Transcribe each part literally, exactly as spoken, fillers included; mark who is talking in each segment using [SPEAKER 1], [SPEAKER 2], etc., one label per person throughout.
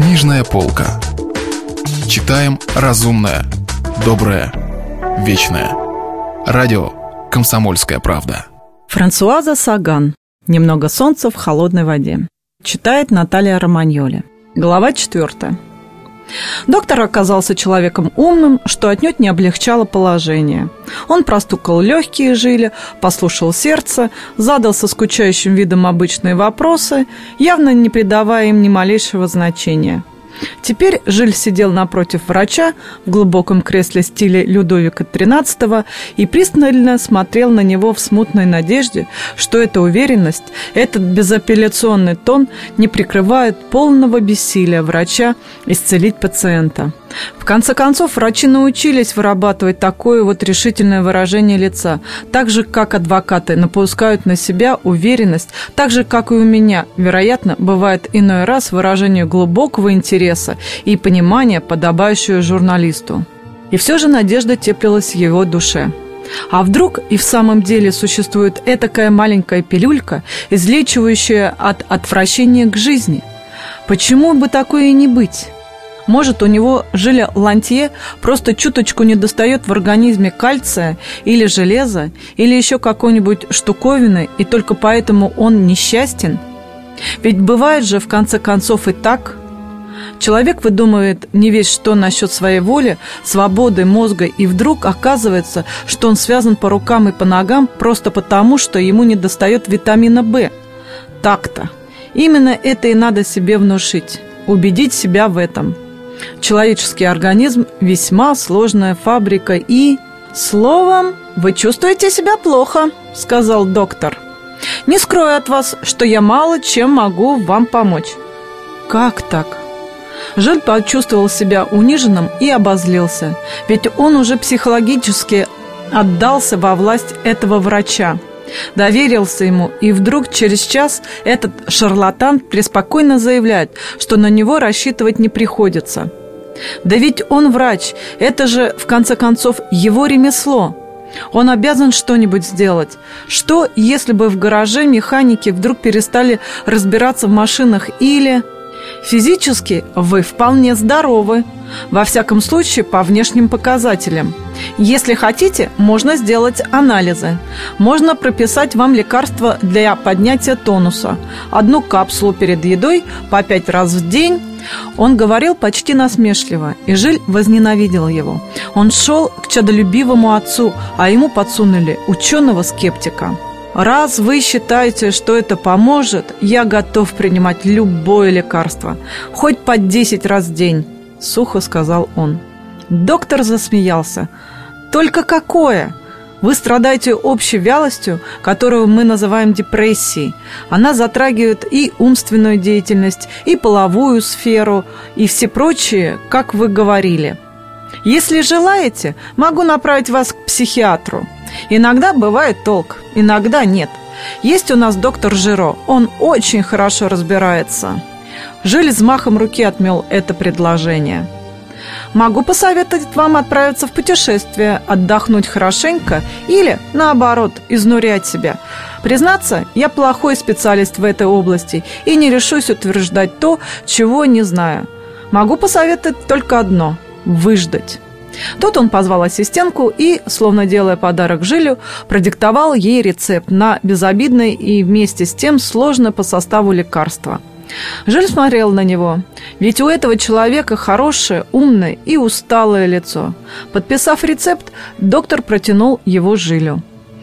[SPEAKER 1] Книжная полка. Читаем разумное, доброе, вечное. Радио «Комсомольская правда».
[SPEAKER 2] Франсуаза Саган. «Немного солнца в холодной воде». Читает Наталья Романьоли. Глава четвертая. Доктор оказался человеком умным, что отнюдь не облегчало положение. Он простукал легкие жили, послушал сердце, задал со скучающим видом обычные вопросы, явно не придавая им ни малейшего значения. Теперь Жиль сидел напротив врача в глубоком кресле стиля Людовика тринадцатого и пристально смотрел на него в смутной надежде, что эта уверенность, этот безапелляционный тон не прикрывает полного бессилия врача исцелить пациента. В конце концов, врачи научились вырабатывать такое вот решительное выражение лица, так же, как адвокаты напускают на себя уверенность, так же, как и у меня, вероятно, бывает иной раз выражение глубокого интереса и понимания, подобающего журналисту. И все же надежда теплилась в его душе. А вдруг и в самом деле существует этакая маленькая пилюлька, излечивающая от отвращения к жизни? Почему бы такое и не быть? Может, у него Жиля Лантье просто чуточку недостает в организме кальция или железа, или еще какой-нибудь штуковины, и только поэтому он несчастен? Ведь бывает же, в конце концов, и так. Человек выдумывает не весь что насчет своей воли, свободы мозга, и вдруг оказывается, что он связан по рукам и по ногам просто потому, что ему недостает витамина В. Так-то. Именно это и надо себе внушить, убедить себя в этом. Человеческий организм – весьма сложная фабрика и… «Словом, вы чувствуете себя плохо», – сказал доктор. «Не скрою от вас, что я мало чем могу вам помочь». «Как так?» Жиль почувствовал себя униженным и обозлился, ведь он уже психологически отдался во власть этого врача. Доверился ему, и вдруг через час этот шарлатан преспокойно заявляет, что на него рассчитывать не приходится. Да ведь он врач, это же, в конце концов, его ремесло. Он обязан что-нибудь сделать. Что, если бы в гараже механики вдруг перестали разбираться в машинах или… Физически вы вполне здоровы, во всяком случае по внешним показателям. Если хотите, можно сделать анализы. Можно прописать вам лекарства для поднятия тонуса. Одну капсулу перед едой по пять раз в день. Он говорил почти насмешливо, и Жиль возненавидел его. Он шел к чадолюбивому отцу, а ему подсунули ученого-скептика. «Раз вы считаете, что это поможет, я готов принимать любое лекарство, хоть по десять раз в день», – сухо сказал он. Доктор засмеялся. «Только какое? Вы страдаете общей вялостью, которую мы называем депрессией. Она затрагивает и умственную деятельность, и половую сферу, и все прочие, как вы говорили. Если желаете, могу направить вас к психиатру. Иногда бывает толк, иногда нет. Есть у нас доктор Жиро, он очень хорошо разбирается». Жиль взмахом руки отмел это предложение. «Могу посоветовать вам отправиться в путешествие, отдохнуть хорошенько или, наоборот, изнурять себя. Признаться, я плохой специалист в этой области и не решусь утверждать то, чего не знаю. Могу посоветовать только одно – выждать». Тут он позвал ассистентку и, словно делая подарок Жилю, продиктовал ей рецепт на безобидное и вместе с тем сложное по составу лекарство. Жиль смотрел на него, ведь у этого человека хорошее, умное и усталое лицо. Подписав рецепт, доктор протянул его Жилю.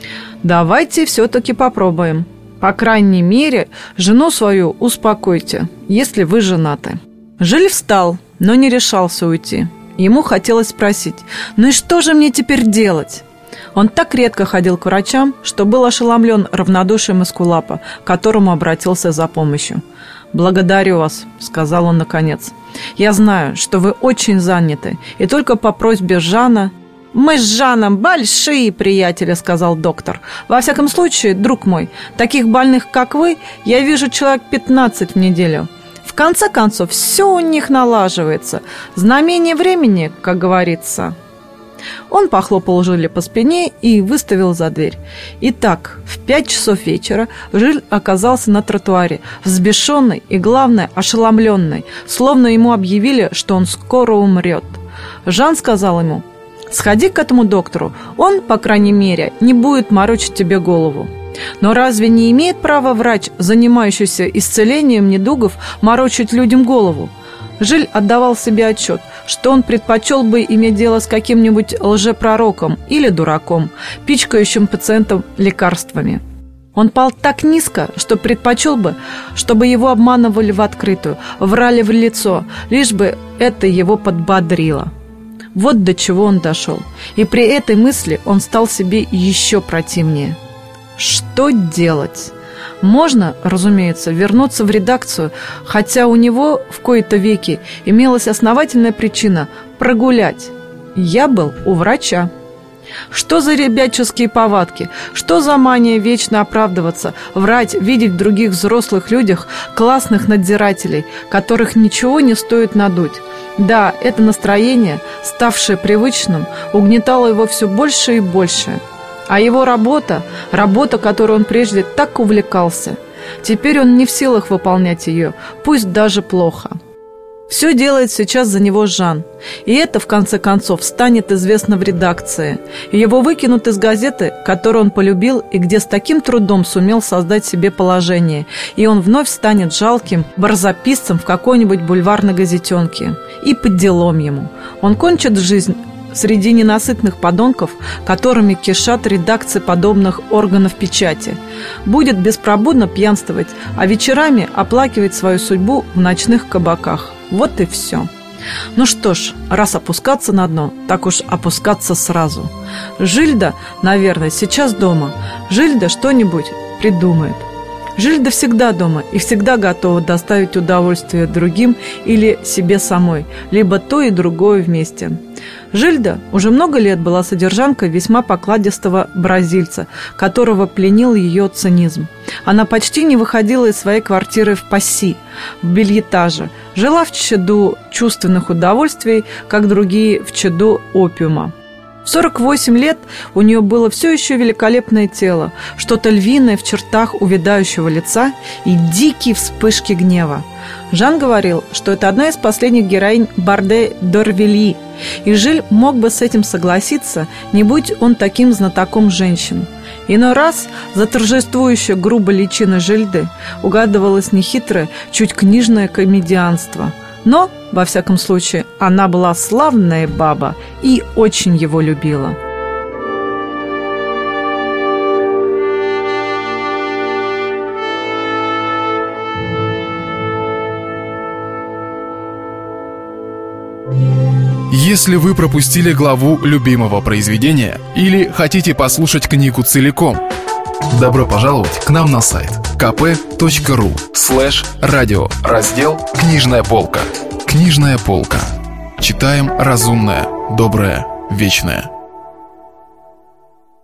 [SPEAKER 2] «Давайте все-таки попробуем. По крайней мере, жену свою успокойте, если вы женаты». Жиль встал, но не решался уйти. Ему хотелось спросить: «Ну и что же мне теперь делать?» Он так редко ходил к врачам, что был ошеломлен равнодушием эскулапа, к которому обратился за помощью. «Благодарю вас», — сказал он наконец. «Я знаю, что вы очень заняты, и только по просьбе Жана...» «Мы с Жаном большие приятели», — сказал доктор. «Во всяком случае, друг мой, таких больных, как вы, я вижу человек пятнадцать в неделю. В конце концов, все у них налаживается. Знамение времени, как говорится». Он похлопал Жиля по спине и выставил за дверь. Итак, в пять часов вечера Жиль оказался на тротуаре, взбешенный и, главное, ошеломленный, словно ему объявили, что он скоро умрет. Жан сказал ему: «Сходи к этому доктору, он, по крайней мере, не будет морочить тебе голову». Но разве не имеет права врач, занимающийся исцелением недугов, морочить людям голову? Жиль отдавал себе отчет, что он предпочел бы иметь дело с каким-нибудь лжепророком или дураком, пичкающим пациентов лекарствами. Он пал так низко, что предпочел бы, чтобы его обманывали в открытую, врали в лицо, лишь бы это его подбодрило. Вот до чего он дошел. И при этой мысли он стал себе еще противнее. Что делать? Можно, разумеется, вернуться в редакцию, хотя у него в кои-то веки имелась основательная причина прогулять. Я был у врача. Что за ребяческие повадки? Что за мания вечно оправдываться, врать, видеть в других взрослых людях классных надзирателей, которых ничего не стоит надуть? Да, это настроение, ставшее привычным, угнетало его все больше и больше. А его работа, работа, которой он прежде так увлекался, теперь он не в силах выполнять ее, пусть даже плохо. Все делает сейчас за него Жан, и это, в конце концов, станет известно в редакции. Его выкинут из газеты, которую он полюбил и где с таким трудом сумел создать себе положение, и он вновь станет жалким барзаписцем в какой-нибудь бульварной газетенке. И под делом ему. Он кончит жизнь среди ненасытных подонков, которыми кишат редакции подобных органов печати, будет беспробудно пьянствовать, а вечерами оплакивать свою судьбу в ночных кабаках. Вот и все. Ну что ж, раз опускаться на дно, так уж опускаться сразу. Жильда, наверное, сейчас дома. Жильда что-нибудь придумает. Жильда всегда дома и всегда готова доставить удовольствие другим или себе самой, либо то и другое вместе. Жильда уже много лет была содержанкой весьма покладистого бразильца, которого пленил ее цинизм. Она почти не выходила из своей квартиры в Пасси, в бельетаже, жила в чаду чувственных удовольствий, как другие в чаду опиума. В сорок восемь лет у нее было все еще великолепное тело, что-то львиное в чертах увядающего лица и дикие вспышки гнева. Жан говорил, что это одна из последних героинь Барде d'Орвильи, и Жиль мог бы с этим согласиться, не будь он таким знатоком женщин. Иной раз за торжествующей грубой личиной Жильды угадывалось нехитрое, чуть книжное комедианство. Но, во всяком случае, она была славная баба и очень его любила.
[SPEAKER 1] Если вы пропустили главу любимого произведения или хотите послушать книгу целиком, добро пожаловать к нам на сайт kp.ru слэш радио, раздел «Книжная полка». Книжная полка. Читаем разумное, доброе, вечное.